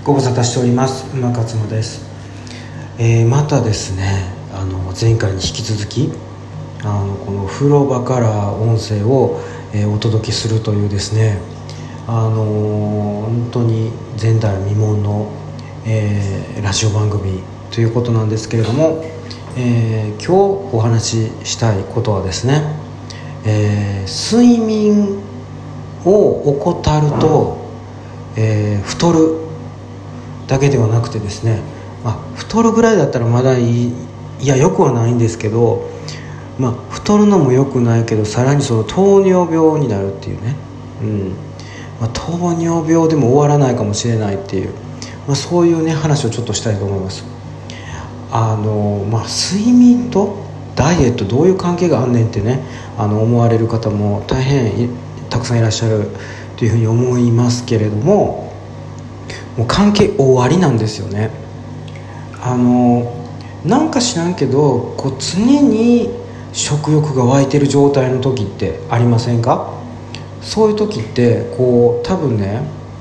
ご無沙汰しております。馬勝野です。またですね、前回に引き続きこの風呂場から音声を、お届けするというですね、本当に前代未聞の、ラジオ番組ということなんですけれども、今日お話ししたいことはですね、睡眠を怠ると、太るだけではなくてですね、太るぐらいだったらまだよくはないんですけど、太るのもよくないけど、さらにその糖尿病になるっていうね、糖尿病でも終わらないかもしれないっていう、そういうね話をちょっとしたいと思います。睡眠とダイエットどういう関係があんねんってね、思われる方も大変たくさんいらっしゃるというふうに思いますけれども、もう関係終わりなんですよね。なんか知らんけど常に食欲が湧いてる状態の時ってありませんか？そういう時って多分ね、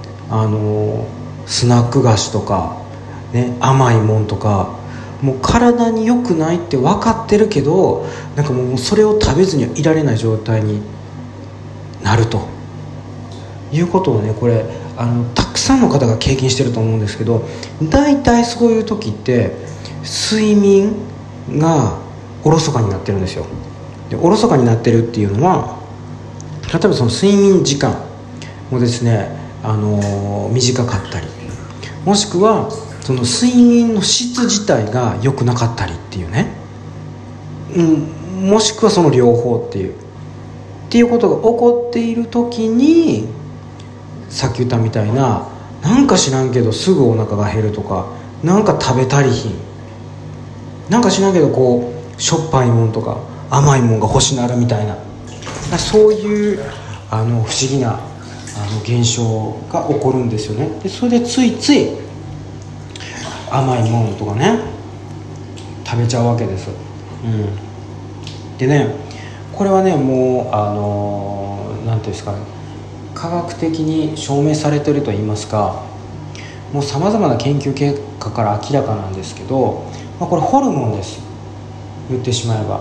スナック菓子とか、ね、甘いもんとか、もう体に良くないって分かってるけど、なんかもうそれを食べずにはいられない状態になるということをね、これたくさんの方が経験してると思うんですけど、大体そういう時って睡眠がおろそかになってるんですよ。で、おろそかになってるっていうのは、例えばその睡眠時間もですね、短かったり、もしくはその睡眠の質自体が良くなかったりっていうね、もしくはその両方っていうことが起こっている時に、さっき言ったみたいな、なんか知らんけどすぐお腹が減るとか、なんか食べたりひん、なんか知らんけどしょっぱいもんとか甘いもんが欲しなるみたいな、そういう不思議な現象が起こるんですよね。でそれでついつい甘いもんとかね食べちゃうわけです。でね、これはね、もうなんていうんですかね、科学的に証明されているといいますか、もうさまざまな研究結果から明らかなんですけど、これホルモンです。言ってしまえば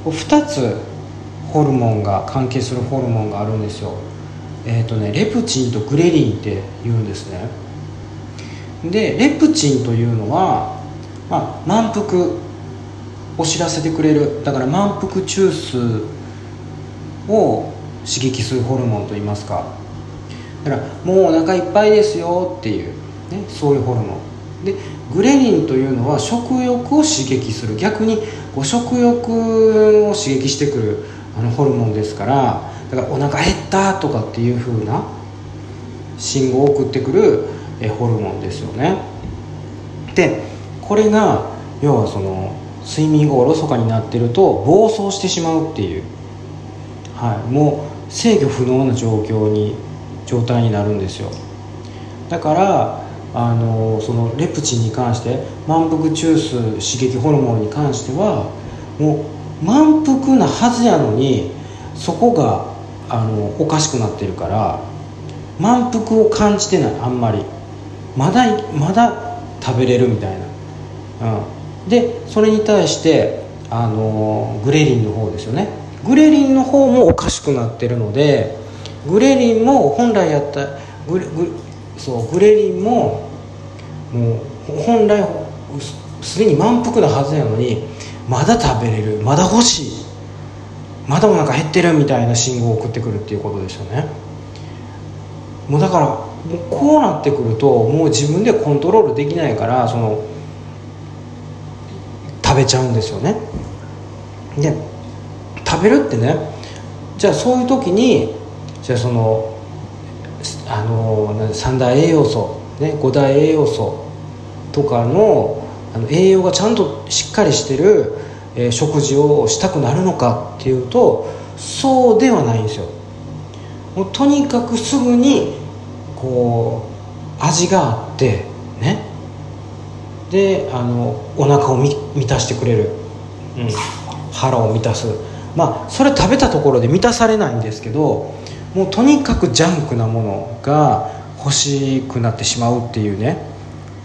2つホルモンが関係するホルモンがあるんですよ。レプチンとグレリンって言うんですね。でレプチンというのは、満腹を知らせてくれる、だから満腹中枢を刺激するホルモンといいますか、だからもうお腹いっぱいですよっていう、ね、そういうホルモンで、グレリンというのは食欲を刺激する、逆に食欲を刺激してくるホルモンですから、だからお腹減ったとかっていう風な信号を送ってくるホルモンですよね。でこれが要はその睡眠がおろそかになってると暴走してしまうっていう、もう制御不能な状態になるんですよ。だからそのレプチンに関して、満腹中枢刺激ホルモンに関しては、もう満腹なはずやのにそこがおかしくなってるから、満腹を感じてない、あんまりまだ食べれるみたいな、でそれに対してグレリンの方ですよね、グレリンの方もおかしくなってるので、グレリンも本来やったグレリンももう本来すでに満腹なはずなのに、まだ食べれる、まだ欲しい、まだお腹減ってるみたいな信号を送ってくるっていうことですよね。もうだからもうこうなってくると、もう自分でコントロールできないから、食べちゃうんですよね。で食べるってね、じゃあそういう時に、じゃあその三大栄養素、五大栄養素とかの栄養がちゃんとしっかりしてる、食事をしたくなるのかっていうと、そうではないんですよ。もうとにかくすぐに味があってね、でお腹を満たしてくれる、腹を満たす、それ食べたところで満たされないんですけど、もうとにかくジャンクなものが欲しくなってしまうっていうね、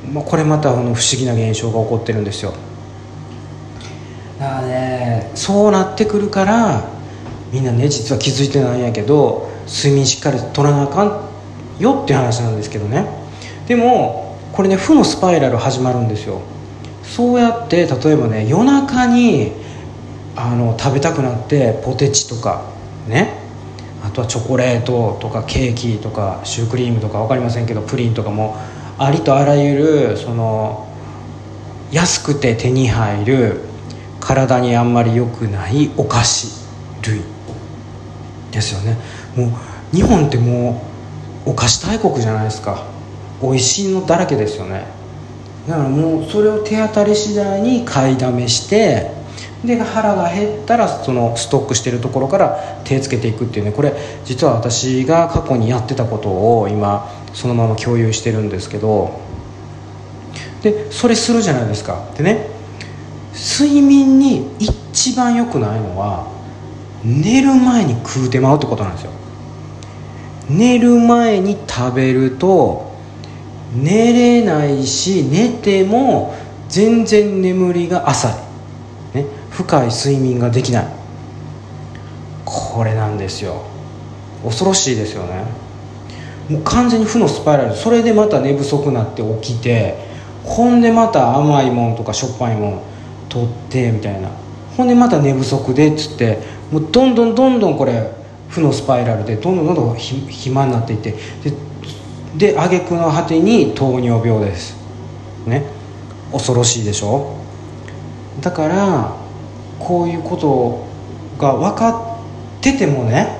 これまた不思議な現象が起こってるんですよ。だからね、そうなってくるからみんなね実は気づいてないんやけど、睡眠しっかりとらなあかんよっていう話なんですけどね。でもこれね、負のスパイラル始まるんですよ。そうやって例えばね、夜中に食べたくなってポテチとかね、あとはチョコレートとかケーキとかシュークリームとか分かりませんけど、プリンとかもありとあらゆる安くて手に入る体にあんまり良くないお菓子類ですよね。もう日本ってもうお菓子大国じゃないですか。美味しいのだらけですよね。だからもうそれを手当たり次第に買いだめして、で腹が減ったらそのストックしてるところから手つけていくっていうね、これ実は私が過去にやってたことを今そのまま共有してるんですけど、でそれするじゃないですか。でね、睡眠に一番良くないのは寝る前に食うてまうってことなんですよ。寝る前に食べると寝れないし、寝ても全然眠りが浅い、ね、深い睡眠ができない。これなんですよ。恐ろしいですよね。もう完全に負のスパイラル。それでまた寝不足になって起きて、ほんでまた甘いもんとかしょっぱいもん取ってみたいな、ほんでまた寝不足でっつって、もうどんどんこれ負のスパイラルでどんどん暇になっていって、で挙句の果てに糖尿病ですね。恐ろしいでしょ。だからこういうことが分かっててもね、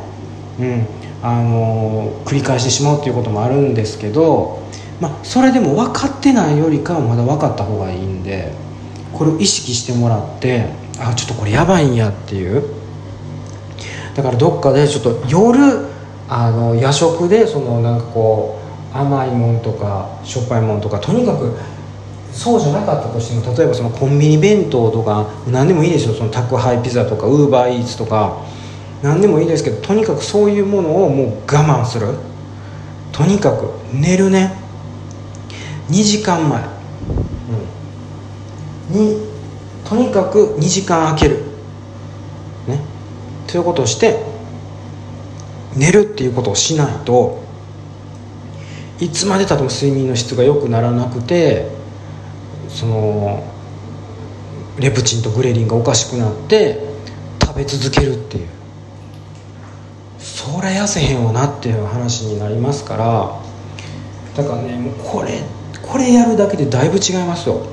繰り返してしまうっていうこともあるんですけど、それでも分かってないよりかはまだ分かった方がいいんで、これを意識してもらって、ちょっとこれやばいんやっていう。だからどっかでちょっと夜夜食でなんかこう甘いもんとかしょっぱいもんとか、とにかくそうじゃなかったとしても、例えばコンビニ弁当とか何でもいいですよ。宅配ピザとかウーバーイーツとか何でもいいですけど、とにかくそういうものをもう我慢する。とにかく寝るね、2時間前、にとにかく2時間空けるね、ということをして寝るっていうことをしないと、いつまでたっても睡眠の質が良くならなくて、レプチンとグレリンがおかしくなって食べ続けるっていう、そりゃ痩せへんわなっていう話になりますから。だからね、もうこれやるだけでだいぶ違いますよ。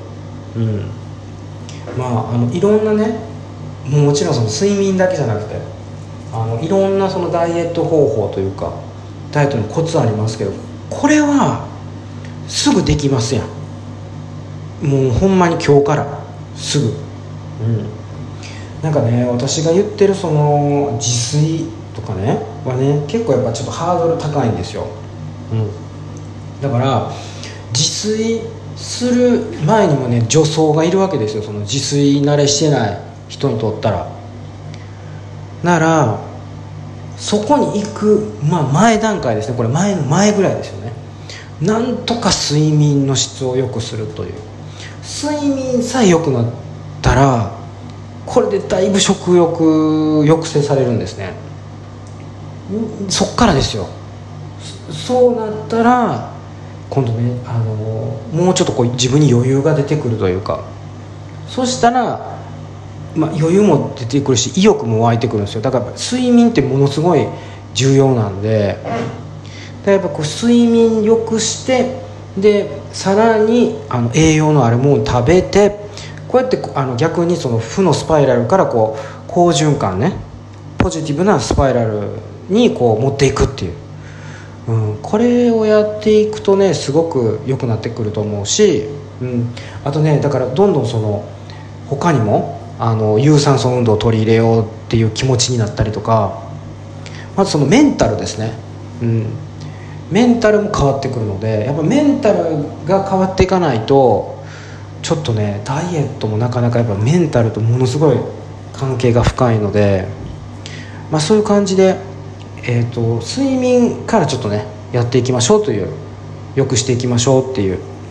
いろんなね、もちろん睡眠だけじゃなくていろんなダイエット方法というかダイエットのコツありますけど、これはすぐできますやん。もうほんまに今日からすぐ、なんかね、私が言ってる自炊とかねはね、結構やっぱちょっとハードル高いんですよ。だから自炊する前にもね、助走がいるわけですよ。自炊慣れしてない人にとったら。ならそこに行く、前段階ですね。これ前の前ぐらいですよね。なんとか睡眠の質を良くするという。睡眠さえ良くなったら、これでだいぶ食欲抑制されるんですね。そっからですよ。そうなったら今度ね、もうちょっと自分に余裕が出てくるというか、そしたら余裕も出てくるし、意欲も湧いてくるんですよ。だから睡眠ってものすごい重要なんで、やっぱ睡眠よくして、でさらに栄養のあるものを食べて、こうやって逆に負のスパイラルから好循環ね、ポジティブなスパイラルに持っていくっていう、これをやっていくとね、すごく良くなってくると思うし、あとね、だからどんどん他にも有酸素運動を取り入れようっていう気持ちになったりとか、まずメンタルですね。メンタルも変わってくるので、やっぱメンタルが変わっていかないと、ちょっとね、ダイエットもなかなかやっぱメンタルとものすごい関係が深いので、そういう感じで、睡眠からちょっとねやっていきましょうという、良くしていきましょうっていう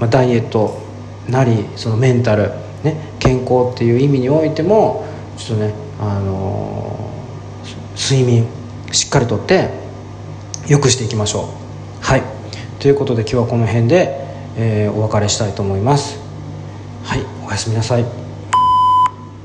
ダイエットなりそのメンタル、ね、健康っていう意味においてもちょっとね、睡眠しっかりとって良くしていきましょう。はい、ということで今日はこの辺で、お別れしたいと思います。はい、おやすみなさい。